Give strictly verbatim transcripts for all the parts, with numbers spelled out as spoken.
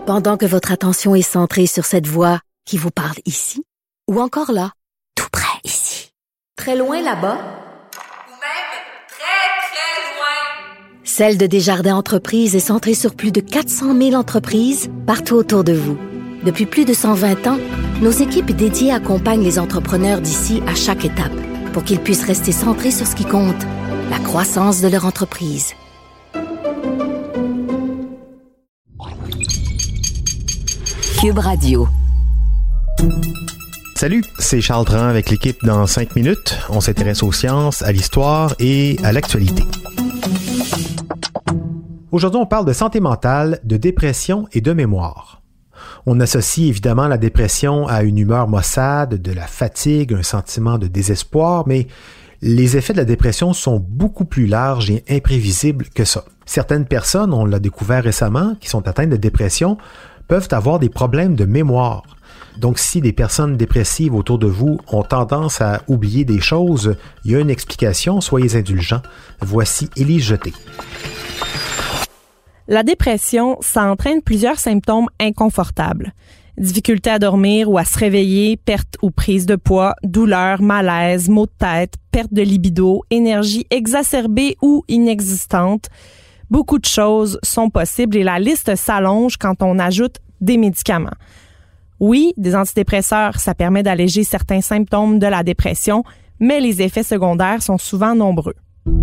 Pendant que votre attention est centrée sur cette voix qui vous parle ici, ou encore là, tout près ici, très loin là-bas, ou même très, très loin. Celle de Desjardins Entreprises est centrée sur plus de quatre cent mille entreprises partout autour de vous. Depuis plus de cent vingt ans, nos équipes dédiées accompagnent les entrepreneurs d'ici à chaque étape pour qu'ils puissent rester centrés sur ce qui compte, la croissance de leur entreprise. Cube Radio. Salut, c'est Charles Dran avec l'équipe dans cinq minutes. On s'intéresse aux sciences, à l'histoire et à l'actualité. Aujourd'hui, on parle de santé mentale, de dépression et de mémoire. On associe évidemment la dépression à une humeur maussade, de la fatigue, un sentiment de désespoir, mais les effets de la dépression sont beaucoup plus larges et imprévisibles que ça. Certaines personnes, on l'a découvert récemment, qui sont atteintes de dépression, peuvent avoir des problèmes de mémoire. Donc, si des personnes dépressives autour de vous ont tendance à oublier des choses, il y a une explication, soyez indulgents. Voici Élise Jeté. La dépression, ça entraîne plusieurs symptômes inconfortables. Difficulté à dormir ou à se réveiller, perte ou prise de poids, douleur, malaise, maux de tête, perte de libido, énergie exacerbée ou inexistante. Beaucoup de choses sont possibles et la liste s'allonge quand on ajoute des médicaments. Oui, des antidépresseurs, ça permet d'alléger certains symptômes de la dépression, mais les effets secondaires sont souvent nombreux.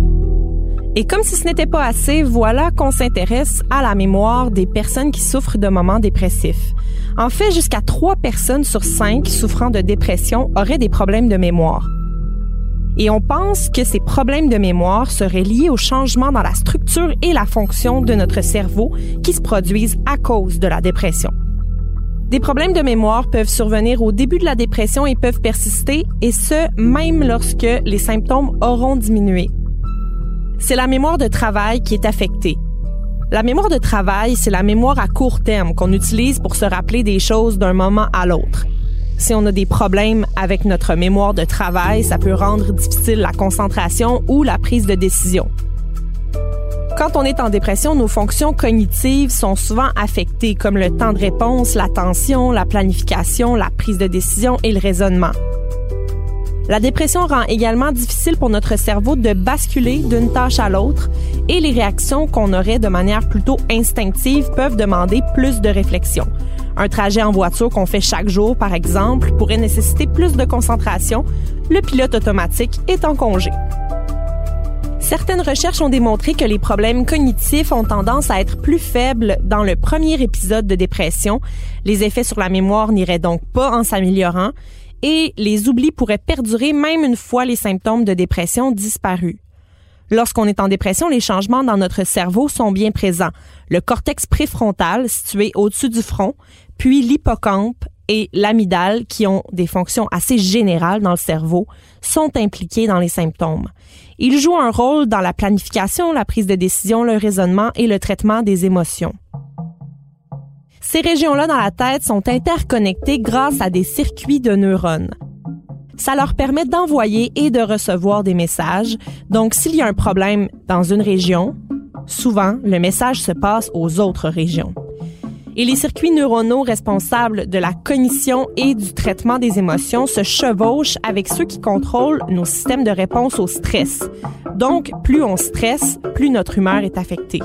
Et comme si ce n'était pas assez, voilà qu'on s'intéresse à la mémoire des personnes qui souffrent de moments dépressifs. En fait, jusqu'à trois personnes sur cinq souffrant de dépression auraient des problèmes de mémoire. Et on pense que ces problèmes de mémoire seraient liés aux changements dans la structure et la fonction de notre cerveau qui se produisent à cause de la dépression. Des problèmes de mémoire peuvent survenir au début de la dépression et peuvent persister, et ce, même lorsque les symptômes auront diminué. C'est la mémoire de travail qui est affectée. La mémoire de travail, c'est la mémoire à court terme qu'on utilise pour se rappeler des choses d'un moment à l'autre. Si on a des problèmes avec notre mémoire de travail, ça peut rendre difficile la concentration ou la prise de décision. Quand on est en dépression, nos fonctions cognitives sont souvent affectées, comme le temps de réponse, l'attention, la planification, la prise de décision et le raisonnement. La dépression rend également difficile pour notre cerveau de basculer d'une tâche à l'autre et les réactions qu'on aurait de manière plutôt instinctive peuvent demander plus de réflexion. Un trajet en voiture qu'on fait chaque jour, par exemple, pourrait nécessiter plus de concentration. Le pilote automatique est en congé. Certaines recherches ont démontré que les problèmes cognitifs ont tendance à être plus faibles dans le premier épisode de dépression. Les effets sur la mémoire n'iraient donc pas en s'améliorant et les oublis pourraient perdurer même une fois les symptômes de dépression disparus. Lorsqu'on est en dépression, les changements dans notre cerveau sont bien présents. Le cortex préfrontal, situé au-dessus du front, puis l'hippocampe et l'amygdale, qui ont des fonctions assez générales dans le cerveau, sont impliqués dans les symptômes. Ils jouent un rôle dans la planification, la prise de décision, le raisonnement et le traitement des émotions. Ces régions-là dans la tête sont interconnectées grâce à des circuits de neurones. Ça leur permet d'envoyer et de recevoir des messages. Donc, s'il y a un problème dans une région, souvent, le message se passe aux autres régions. Et les circuits neuronaux responsables de la cognition et du traitement des émotions se chevauchent avec ceux qui contrôlent nos systèmes de réponse au stress. Donc, plus on stresse, plus notre humeur est affectée.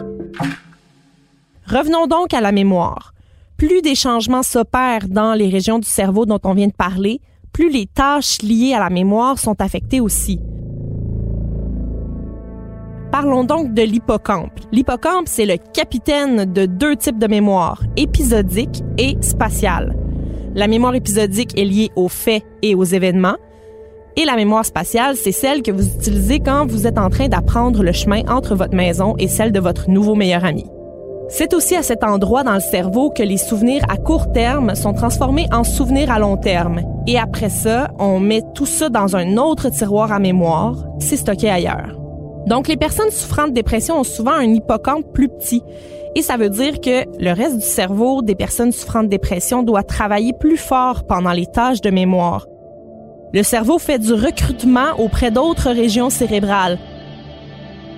Revenons donc à la mémoire. Plus des changements s'opèrent dans les régions du cerveau dont on vient de parler, plus les tâches liées à la mémoire sont affectées aussi. Parlons donc de l'hippocampe. L'hippocampe, c'est le capitaine de deux types de mémoire, épisodique et spatiale. La mémoire épisodique est liée aux faits et aux événements. Et la mémoire spatiale, c'est celle que vous utilisez quand vous êtes en train d'apprendre le chemin entre votre maison et celle de votre nouveau meilleur ami. C'est aussi à cet endroit dans le cerveau que les souvenirs à court terme sont transformés en souvenirs à long terme. Et après ça, on met tout ça dans un autre tiroir à mémoire, c'est stocké ailleurs. Donc, les personnes souffrant de dépression ont souvent un hippocampe plus petit. Et ça veut dire que le reste du cerveau des personnes souffrant de dépression doit travailler plus fort pendant les tâches de mémoire. Le cerveau fait du recrutement auprès d'autres régions cérébrales.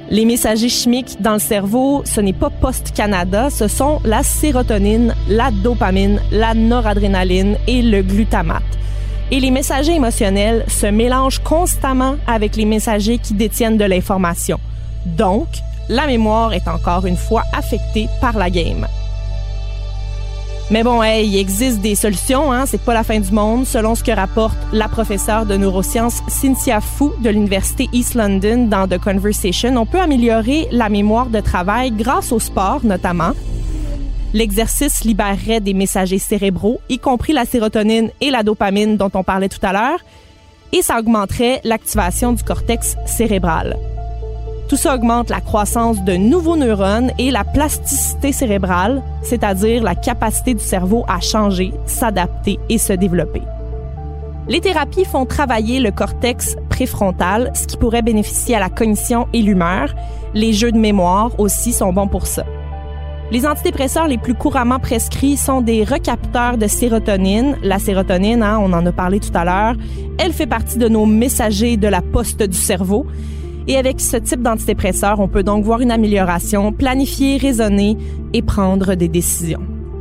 Les messagers chimiques dans le cerveau, ce n'est pas Post Canada, ce sont la sérotonine, la dopamine, la noradrénaline et le glutamate. Et les messagers émotionnels se mélangent constamment avec les messagers qui détiennent de l'information. Donc, la mémoire est encore une fois affectée par la game. Mais bon, hey, il existe des solutions, hein, c'est pas la fin du monde. Selon ce que rapporte la professeure de neurosciences Cynthia Fu de l'Université East London dans The Conversation, on peut améliorer la mémoire de travail grâce au sport notamment. L'exercice libérerait des messagers cérébraux, y compris la sérotonine et la dopamine dont on parlait tout à l'heure, et ça augmenterait l'activation du cortex cérébral. Tout ça augmente la croissance de nouveaux neurones et la plasticité cérébrale, c'est-à-dire la capacité du cerveau à changer, s'adapter et se développer. Les thérapies font travailler le cortex préfrontal, ce qui pourrait bénéficier à la cognition et l'humeur. Les jeux de mémoire aussi sont bons pour ça. Les antidépresseurs les plus couramment prescrits sont des recapteurs de sérotonine. La sérotonine, hein, on en a parlé tout à l'heure, elle fait partie de nos messagers de la poste du cerveau. Et avec ce type d'antidépresseur, on peut donc voir une amélioration, planifier, raisonner et prendre des décisions.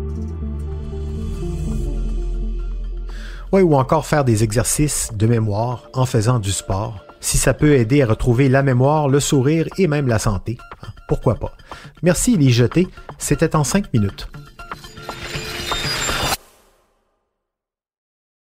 Oui, ou encore faire des exercices de mémoire en faisant du sport. Si ça peut aider à retrouver la mémoire, le sourire et même la santé, pourquoi pas. Merci Les Jetés, c'était en cinq minutes.